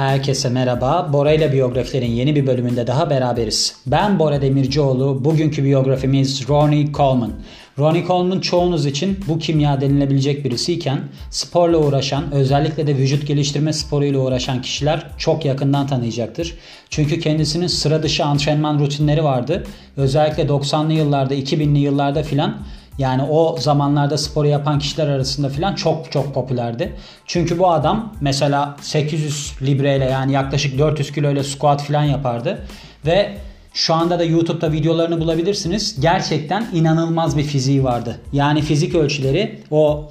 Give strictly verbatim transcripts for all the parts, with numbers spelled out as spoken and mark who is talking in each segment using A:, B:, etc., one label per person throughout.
A: Herkese merhaba. Bora ile biyografilerin yeni bir bölümünde daha beraberiz. Ben Bora Demircioğlu. Bugünkü biyografimiz Ronnie Coleman. Ronnie Coleman çoğunuz için bu kimya denilebilecek birisiyken sporla uğraşan, özellikle de vücut geliştirme sporuyla uğraşan kişiler çok yakından tanıyacaktır. Çünkü kendisinin sıra dışı antrenman rutinleri vardı. Özellikle doksanlı yıllarda, iki binli yıllarda filan. Yani o zamanlarda sporu yapan kişiler arasında filan çok çok popülerdi. Çünkü bu adam mesela sekiz yüz libreyle, yani yaklaşık dört yüz kiloyla squat filan yapardı. Ve şu anda da YouTube'da videolarını bulabilirsiniz. Gerçekten inanılmaz bir fiziği vardı. Yani fizik ölçüleri o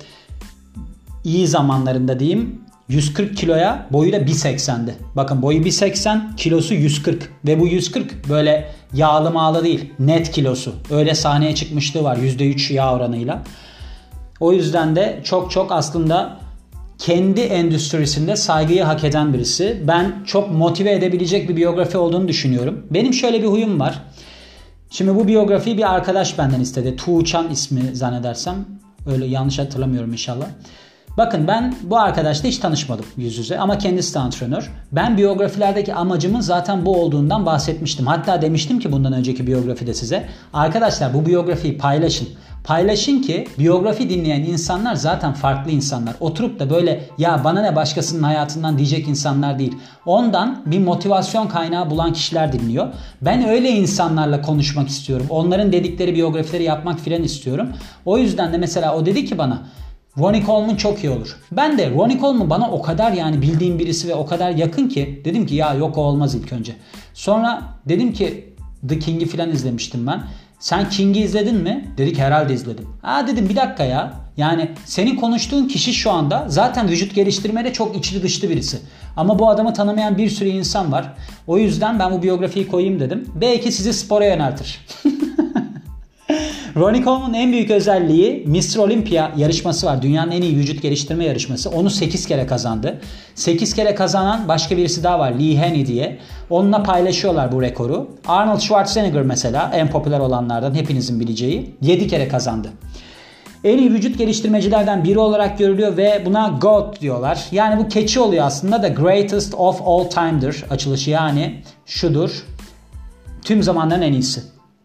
A: iyi zamanlarında diyeyim yüz kırk kiloya, boyu da bir seksendi. Bakın, boyu bir seksen, kilosu yüz kırk ve bu yüz kırk böyle yağlı mağlı değil, net kilosu. Öyle sahneye çıkmışlığı var yüzde üç yağ oranıyla. O yüzden de çok çok aslında kendi endüstrisinde saygıyı hak eden birisi. Ben çok motive edebilecek bir biyografi olduğunu düşünüyorum. Benim şöyle bir huyum var. Şimdi bu biyografiyi bir arkadaş benden istedi. Tuğçan ismi zannedersem. Öyle, yanlış hatırlamıyorum inşallah. Bakın, ben bu arkadaşla hiç tanışmadım yüz yüze ama kendisi de antrenör. Ben biyografilerdeki amacımın zaten bu olduğundan bahsetmiştim. Hatta demiştim ki bundan önceki biyografide size, arkadaşlar bu biyografiyi paylaşın. Paylaşın ki biyografi dinleyen insanlar zaten farklı insanlar. Oturup da böyle ya bana ne başkasının hayatından diyecek insanlar değil. Ondan bir motivasyon kaynağı bulan kişiler dinliyor. Ben öyle insanlarla konuşmak istiyorum. Onların dedikleri biyografileri yapmak filan istiyorum. O yüzden de mesela o dedi ki bana, Ronnie Coleman çok iyi olur. Ben de Ronnie Coleman bana o kadar yani bildiğim birisi ve o kadar yakın ki dedim ki ya yok, o olmaz ilk önce. Sonra dedim ki The King'i filan izlemiştim ben. Sen King'i izledin mi? Dedik herhalde izledim. Ha dedim, bir dakika ya. Yani senin konuştuğun kişi şu anda zaten vücut geliştirmede çok içli dışlı birisi. Ama bu adamı tanımayan bir sürü insan var. O yüzden ben bu biyografiyi koyayım dedim. Belki sizi spora yöneltir. Ronnie Coleman'ın en büyük özelliği mister Olympia yarışması var. Dünyanın en iyi vücut geliştirme yarışması. Onu sekiz kere kazandı. sekiz kere kazanan başka birisi daha var, Lee Haney diye. Onunla paylaşıyorlar bu rekoru. Arnold Schwarzenegger mesela, en popüler olanlardan, hepinizin bileceği, yedi kere kazandı. En iyi vücut geliştirmecilerden biri olarak görülüyor ve buna GOAT diyorlar. Yani bu keçi oluyor aslında, The Greatest of All Time'dır açılışı, yani şudur: tüm zamanların en iyisi.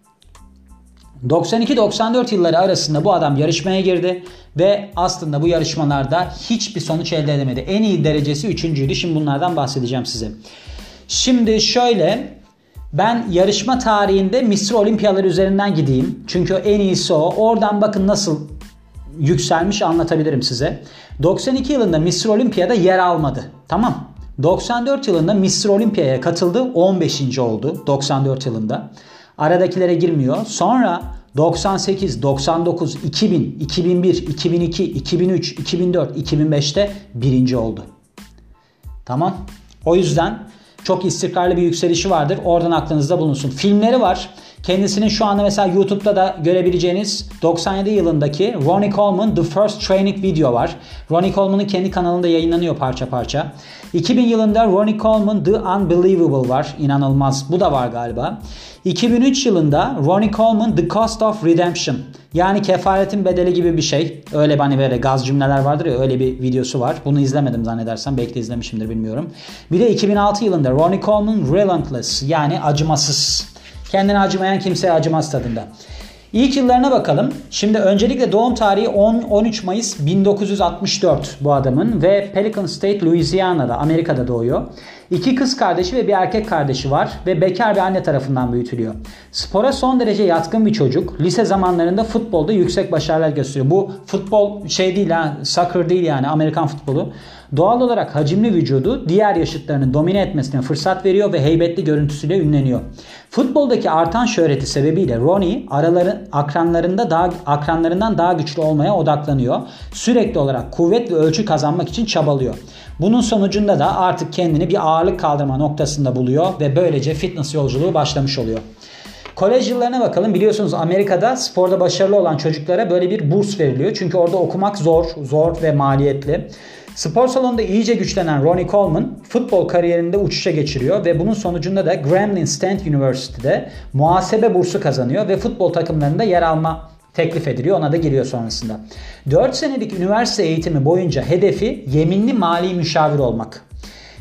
A: doksan iki doksan dört yılları arasında bu adam yarışmaya girdi ve aslında bu yarışmalarda hiçbir sonuç elde edemedi. En iyi derecesi üçüncüydü. Şimdi bunlardan bahsedeceğim size. Şimdi şöyle, ben yarışma tarihinde mister Olimpiyalar üzerinden gideyim. Çünkü en iyisi o. Oradan bakın nasıl yükselmiş, anlatabilirim size. doksan iki yılında mister Olimpiyada yer almadı. Tamam. doksan dört yılında mister Olimpiyaya katıldı. on beşinci oldu doksan dört yılında. Aradakilere girmiyor. Sonra doksan sekiz, doksan dokuz, iki bin, iki bin bir, iki bin iki, iki bin üç, iki bin dört, iki bin beşte birinci oldu. Tamam. O yüzden çok istikrarlı bir yükselişi vardır. Oradan aklınızda bulunsun. Filmleri var. Kendisinin şu anda mesela YouTube'da da görebileceğiniz doksan yedi yılındaki Ronnie Coleman The First Training Video var. Ronnie Coleman'ın kendi kanalında yayınlanıyor parça parça. iki bin yılında Ronnie Coleman The Unbelievable var. İnanılmaz. Bu da var galiba. iki bin üç yılında Ronnie Coleman The Cost of Redemption. Yani kefaretin bedeli gibi bir şey. Öyle hani böyle gaz cümleler vardır ya, öyle bir videosu var. Bunu izlemedim zannedersem. Belki de izlemişimdir, bilmiyorum. Bir de iki bin altı yılında Ronnie Coleman Relentless, yani acımasız. Kendine acımayan kimseye acımaz tadında. İlk yıllarına bakalım. Şimdi öncelikle doğum tarihi on on üç Mayıs bin dokuz yüz altmış dört bu adamın ve Pelican State, Louisiana'da, Amerika'da doğuyor. İki kız kardeşi ve bir erkek kardeşi var ve bekar bir anne tarafından büyütülüyor. Spora son derece yatkın bir çocuk. Lise zamanlarında futbolda yüksek başarılar gösteriyor. Bu futbol şey değil ha, soccer değil yani, Amerikan futbolu. Doğal olarak hacimli vücudu diğer yaşıtlarının domine etmesine fırsat veriyor ve heybetli görüntüsüyle ünleniyor. Futboldaki artan şöhreti sebebiyle Ronnie araları, akranlarında daha, akranlarından daha güçlü olmaya odaklanıyor. Sürekli olarak kuvvet ve ölçü kazanmak için çabalıyor. Bunun sonucunda da artık kendini bir ağırlık kaldırma noktasında buluyor ve böylece fitness yolculuğu başlamış oluyor. Kolej yıllarına bakalım. Biliyorsunuz Amerika'da sporda başarılı olan çocuklara böyle bir burs veriliyor. Çünkü orada okumak zor, zor ve maliyetli. Spor salonunda iyice güçlenen Ronnie Coleman futbol kariyerinde uçuşa geçiriyor ve bunun sonucunda da Grambling State University'de muhasebe bursu kazanıyor ve futbol takımlarında yer alma teklif ediliyor. Ona da giriyor sonrasında. dört senelik üniversite eğitimi boyunca hedefi yeminli mali müşavir olmak.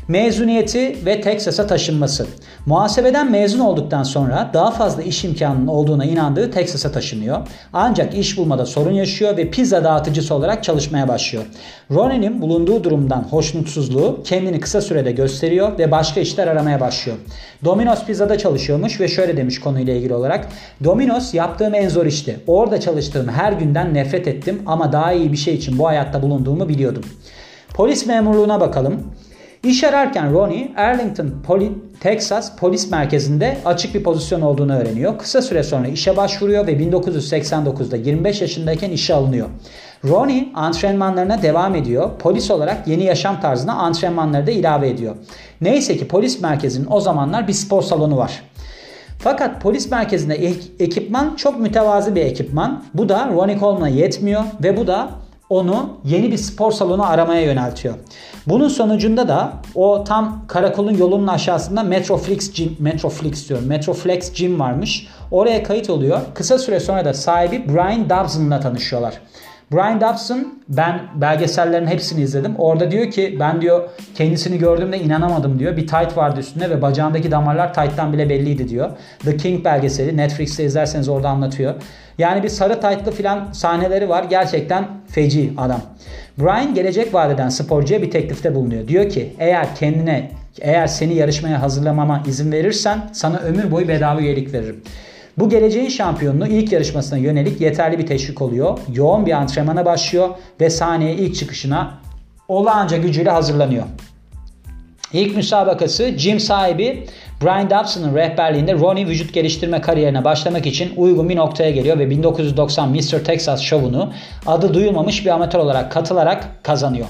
A: Mezuniyeti ve Teksas'a taşınması. Muhasebeden mezun olduktan sonra daha fazla iş imkanının olduğuna inandığı Teksas'a taşınıyor. Ancak iş bulmada sorun yaşıyor ve pizza dağıtıcısı olarak çalışmaya başlıyor. Ronnie'nin bulunduğu durumdan hoşnutsuzluğu kendini kısa sürede gösteriyor ve başka işler aramaya başlıyor. Domino's Pizza'da çalışıyormuş ve şöyle demiş konuyla ilgili olarak: Domino's yaptığım en zor işti. Orada çalıştığım her günden nefret ettim ama daha iyi bir şey için bu hayatta bulunduğumu biliyordum. Polis memurluğuna bakalım. İş ararken Ronnie, Arlington, Texas polis merkezinde açık bir pozisyon olduğunu öğreniyor. Kısa süre sonra işe başvuruyor ve bin dokuz yüz seksen dokuzda yirmi beş yaşındayken işe alınıyor. Ronnie antrenmanlarına devam ediyor. Polis olarak yeni yaşam tarzına antrenmanları da ilave ediyor. Neyse ki polis merkezinin o zamanlar bir spor salonu var. Fakat polis merkezinde ekipman çok mütevazı bir ekipman. Bu da Ronnie Coleman'a yetmiyor ve bu da onu yeni bir spor salonu aramaya yöneltiyor. Bunun sonucunda da o tam karakolun yolunun aşağısında Metroflex Gym, Metroflex diyorum, Metroflex Gym varmış. Oraya kayıt oluyor. Kısa süre sonra da sahibi Brian Dobson'la tanışıyorlar. Brian Dobson, ben belgesellerin hepsini izledim. Orada diyor ki ben diyor kendisini gördüğümde inanamadım diyor. Bir tight vardı üstünde ve bacağındaki damarlar tight'tan bile belliydi diyor. The King belgeseli Netflix'te izlerseniz orada anlatıyor. Yani bir sarı tight'lı filan sahneleri var. Gerçekten feci adam. Brian gelecek vadeden sporcuya bir teklifte bulunuyor. Diyor ki eğer kendine eğer seni yarışmaya hazırlamama izin verirsen sana ömür boyu bedava üyelik veririm. Bu geleceğin şampiyonluğu ilk yarışmasına yönelik yeterli bir teşvik oluyor. Yoğun bir antrenmana başlıyor ve sahneye ilk çıkışına olağanca gücüyle hazırlanıyor. İlk müsabakası gym sahibi Brian Dobson'ın rehberliğinde Ronnie vücut geliştirme kariyerine başlamak için uygun bir noktaya geliyor ve bin dokuz yüz doksan mister Texas şovunu adı duyulmamış bir amatör olarak katılarak kazanıyor.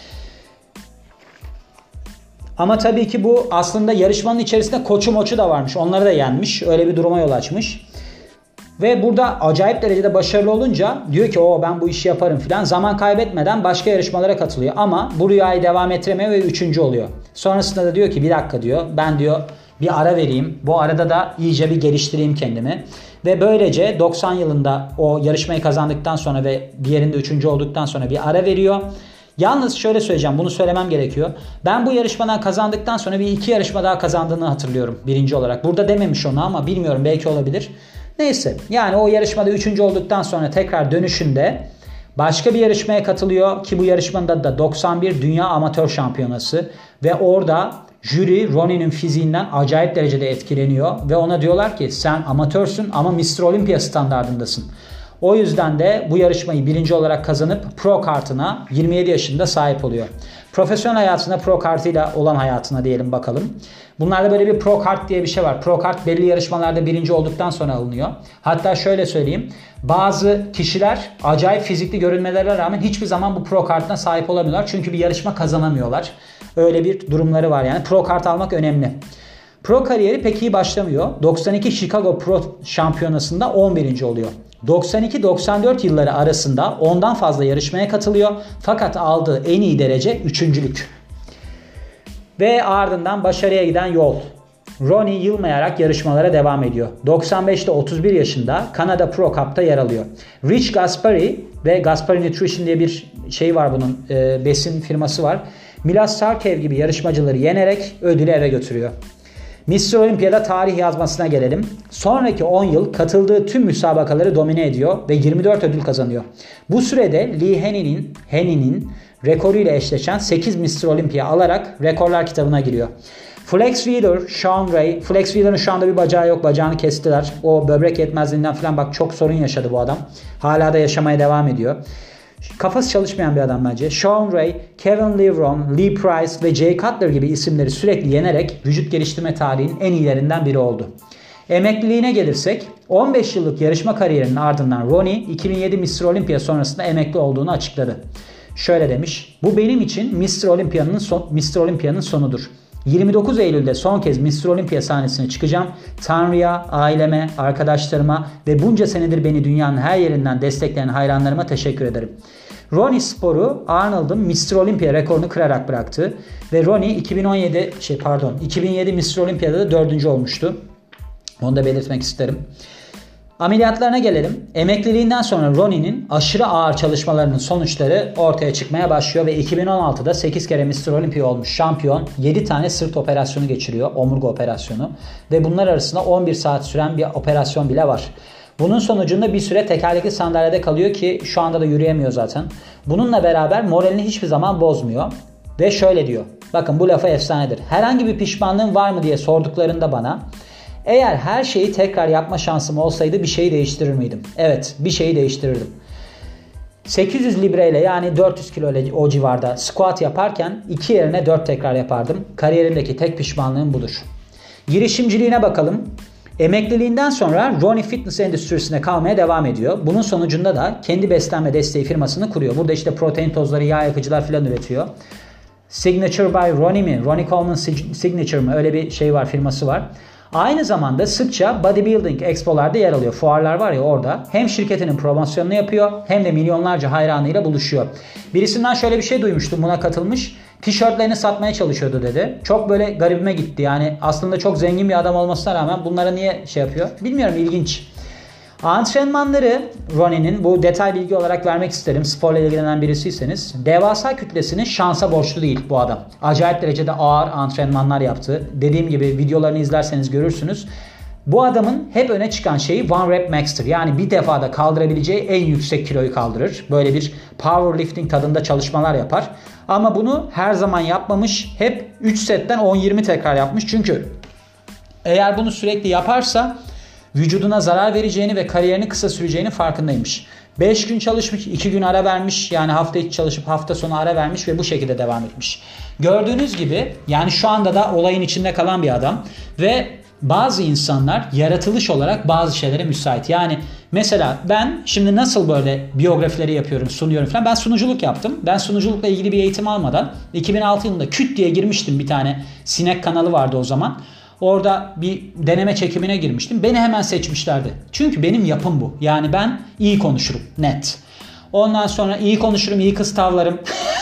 A: Ama tabii ki bu aslında yarışmanın içerisinde koçu moçu da varmış. Onları da yenmiş. Öyle bir duruma yol açmış. Ve burada acayip derecede başarılı olunca diyor ki o ben bu işi yaparım filan. Zaman kaybetmeden başka yarışmalara katılıyor. Ama bu rüyayı devam ettiremiyor ve üçüncü oluyor. Sonrasında da diyor ki bir dakika diyor. Ben diyor bir ara vereyim. Bu arada da iyice bir geliştireyim kendimi. Ve böylece doksan yılında o yarışmayı kazandıktan sonra ve bir yerinde üçüncü olduktan sonra bir ara veriyor. Yalnız şöyle söyleyeceğim, bunu söylemem gerekiyor. Ben bu yarışmadan kazandıktan sonra bir iki yarışma daha kazandığını hatırlıyorum birinci olarak. Burada dememiş onu ama bilmiyorum, belki olabilir. Neyse, yani o yarışmada üçüncü olduktan sonra tekrar dönüşünde başka bir yarışmaya katılıyor ki bu yarışmanın da doksan bir Dünya Amatör Şampiyonası ve orada jüri Ronnie'nin fiziğinden acayip derecede etkileniyor ve ona diyorlar ki sen amatörsün ama mister Olympia standardındasın. O yüzden de bu yarışmayı birinci olarak kazanıp pro kartına yirmi yedi yaşında sahip oluyor. Profesyonel hayatına, pro kartıyla olan hayatına diyelim bakalım. Bunlarda böyle bir pro kart diye bir şey var. Pro kart belli yarışmalarda birinci olduktan sonra alınıyor. Hatta şöyle söyleyeyim. Bazı kişiler acayip fizikli görünmelerine rağmen hiçbir zaman bu pro kartına sahip olamıyorlar. Çünkü bir yarışma kazanamıyorlar. Öyle bir durumları var yani. Pro kart almak önemli. Pro kariyeri pek iyi başlamıyor. doksan iki Chicago Pro Şampiyonası'nda on birinci oluyor. doksan iki doksan dört yılları arasında ondan fazla yarışmaya katılıyor. Fakat aldığı en iyi derece üçüncülük. Ve ardından başarıya giden yol. Ronnie yılmayarak yarışmalara devam ediyor. doksan beşte otuz bir yaşında Kanada Pro Cup'ta yer alıyor. Rich Gaspari ve Gaspari Nutrition diye bir şey var bunun, e, besin firması var. Milas Sarkev gibi yarışmacıları yenerek ödülü eve götürüyor. mister Olympia'da tarih yazmasına gelelim. Sonraki on yıl katıldığı tüm müsabakaları domine ediyor ve yirmi dört ödül kazanıyor. Bu sürede Lee Haney'nin Haney'nin rekoruyla eşleşen sekiz mister Olympia alarak rekorlar kitabına giriyor. Flex Wheeler, Shawn Ray, Flex Wheeler'ın şu anda bir bacağı yok, bacağını kestiler. O böbrek yetmezliğinden falan bak çok sorun yaşadı bu adam. Hala da yaşamaya devam ediyor. Kafası çalışmayan bir adam bence. Shawn Ray, Kevin Levron, Lee Price ve Jay Cutler gibi isimleri sürekli yenerek vücut geliştirme tarihinin en iyilerinden biri oldu. Emekliliğine gelirsek, on beş yıllık yarışma kariyerinin ardından Ronnie iki bin yedi mister Olympia sonrasında emekli olduğunu açıkladı. Şöyle demiş: "Bu benim için mister Olympia'nın son, mister Olympia'nın sonudur. yirmi dokuz Eylül'de son kez mister Olympia sahnesine çıkacağım. Tanrı'ya, aileme, arkadaşlarıma ve bunca senedir beni dünyanın her yerinden destekleyen hayranlarıma teşekkür ederim." Ronnie sporu Arnold'un mister Olympia rekorunu kırarak bıraktı ve Ronnie iki bin on yedi şey pardon iki bin yedi mister Olympia'da da dördüncü olmuştu. Onu da belirtmek isterim. Ameliyatlarına gelelim. Emekliliğinden sonra Ronnie'nin aşırı ağır çalışmalarının sonuçları ortaya çıkmaya başlıyor ve iki bin on altıda sekiz kere mister Olympia olmuş şampiyon yedi tane sırt operasyonu geçiriyor. Omurga operasyonu. Ve bunlar arasında on bir saat süren bir operasyon bile var. Bunun sonucunda bir süre tekerlekli sandalyede kalıyor ki şu anda da yürüyemiyor zaten. Bununla beraber moralini hiçbir zaman bozmuyor. Ve şöyle diyor. Bakın bu lafı efsanedir. Herhangi bir pişmanlığın var mı diye sorduklarında bana, eğer her şeyi tekrar yapma şansım olsaydı bir şeyi değiştirir miydim? Evet, bir şeyi değiştirirdim. sekiz yüz libreyle yani dört yüz kilo ile o civarda squat yaparken iki yerine dört tekrar yapardım. Kariyerimdeki tek pişmanlığım budur. Girişimciliğine bakalım. Emekliliğinden sonra Ronnie fitness endüstrisine kalmaya devam ediyor. Bunun sonucunda da kendi beslenme desteği firmasını kuruyor. Burada işte protein tozları, yağ yakıcılar falan üretiyor. Signature by Ronnie mi? Ronnie Coleman Signature mı? Öyle bir şey var, firması var. Aynı zamanda sıkça bodybuilding expo'larda yer alıyor. Fuarlar var ya orada. Hem şirketinin promosyonunu yapıyor hem de milyonlarca hayranıyla buluşuyor. Birisinden şöyle bir şey duymuştum, buna katılmış. Tişörtlerini satmaya çalışıyordu dedi. Çok böyle garibime gitti. Yani aslında çok zengin bir adam olmasına rağmen bunlara niye şey yapıyor? Bilmiyorum, ilginç. Antrenmanları Ronnie'nin, bu detay bilgi olarak vermek isterim. Sporla ilgilenen birisiyseniz. Devasa kütlesini şansa borçlu değil bu adam. Acayip derecede ağır antrenmanlar yaptı. Dediğim gibi videolarını izlerseniz görürsünüz. Bu adamın hep öne çıkan şeyi one rep max'tir. Yani bir defada kaldırabileceği en yüksek kiloyu kaldırır. Böyle bir powerlifting tadında çalışmalar yapar. Ama bunu her zaman yapmamış. Hep üç setten on yirmi tekrar yapmış. Çünkü eğer bunu sürekli yaparsa vücuduna zarar vereceğini ve kariyerini kısa süreceğini farkındaymış. beş gün çalışmış, iki gün ara vermiş. Yani hafta içi çalışıp hafta sonu ara vermiş ve bu şekilde devam etmiş. Gördüğünüz gibi yani şu anda da olayın içinde kalan bir adam ve bazı insanlar yaratılış olarak bazı şeylere müsait. Yani mesela ben şimdi nasıl böyle biyografileri yapıyorum, sunuyorum falan. Ben sunuculuk yaptım. Ben sunuculukla ilgili bir eğitim almadan iki bin altı yılında küt diye girmiştim, bir tane sinek kanalı vardı o zaman. Orada bir deneme çekimine girmiştim. Beni hemen seçmişlerdi. Çünkü benim yapım bu. Yani ben iyi konuşurum. Net. Ondan sonra iyi konuşurum, iyi kız tavlarım.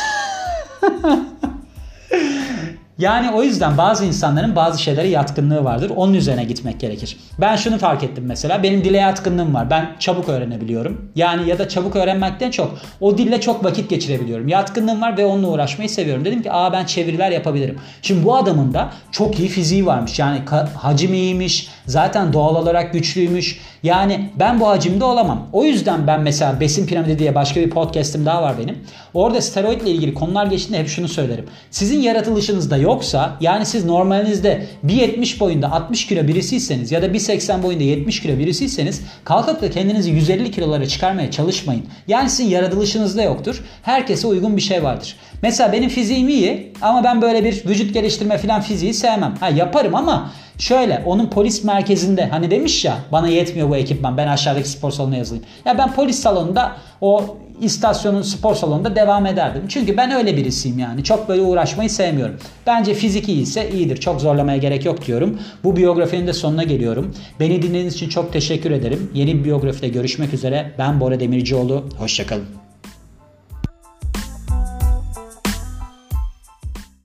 A: Yani o yüzden bazı insanların bazı şeylere yatkınlığı vardır. Onun üzerine gitmek gerekir. Ben şunu fark ettim mesela. Benim dile yatkınlığım var. Ben çabuk öğrenebiliyorum. Yani ya da çabuk öğrenmekten çok o dille çok vakit geçirebiliyorum. Yatkınlığım var ve onunla uğraşmayı seviyorum. Dedim ki aa ben çeviriler yapabilirim. Şimdi bu adamın da çok iyi fiziği varmış. Yani hacim iyiymiş. Zaten doğal olarak güçlüymüş. Yani ben bu hacimde olamam. O yüzden ben mesela Besin Piramidi diye başka bir podcast'im daha var benim. Orada steroidle ilgili konular geçtiğinde hep şunu söylerim. Sizin yaratılışınızda yoksa, yani siz normalinizde bir yetmiş boyunda altmış kilo birisiyseniz ya da bir seksen boyunda yetmiş kilo birisiyseniz kalkıp da kendinizi yüz elli kilolara çıkarmaya çalışmayın. Yani sizin yaratılışınızda yoktur. Herkese uygun bir şey vardır. Mesela benim fiziğim iyi ama ben böyle bir vücut geliştirme falan fiziği sevmem. Ha yaparım ama şöyle, onun polis merkezinde hani demiş ya bana yetmiyor bu ekipman, ben aşağıdaki spor salonuna yazılayım. Ya ben polis salonunda, o istasyonun spor salonunda devam ederdim. Çünkü ben öyle birisiyim yani. Çok böyle uğraşmayı sevmiyorum. Bence fizik iyiyse iyidir. Çok zorlamaya gerek yok diyorum. Bu biyografinin de sonuna geliyorum. Beni dinlediğiniz için çok teşekkür ederim. Yeni bir biyografide görüşmek üzere. Ben Bora Demircioğlu. Hoşçakalın.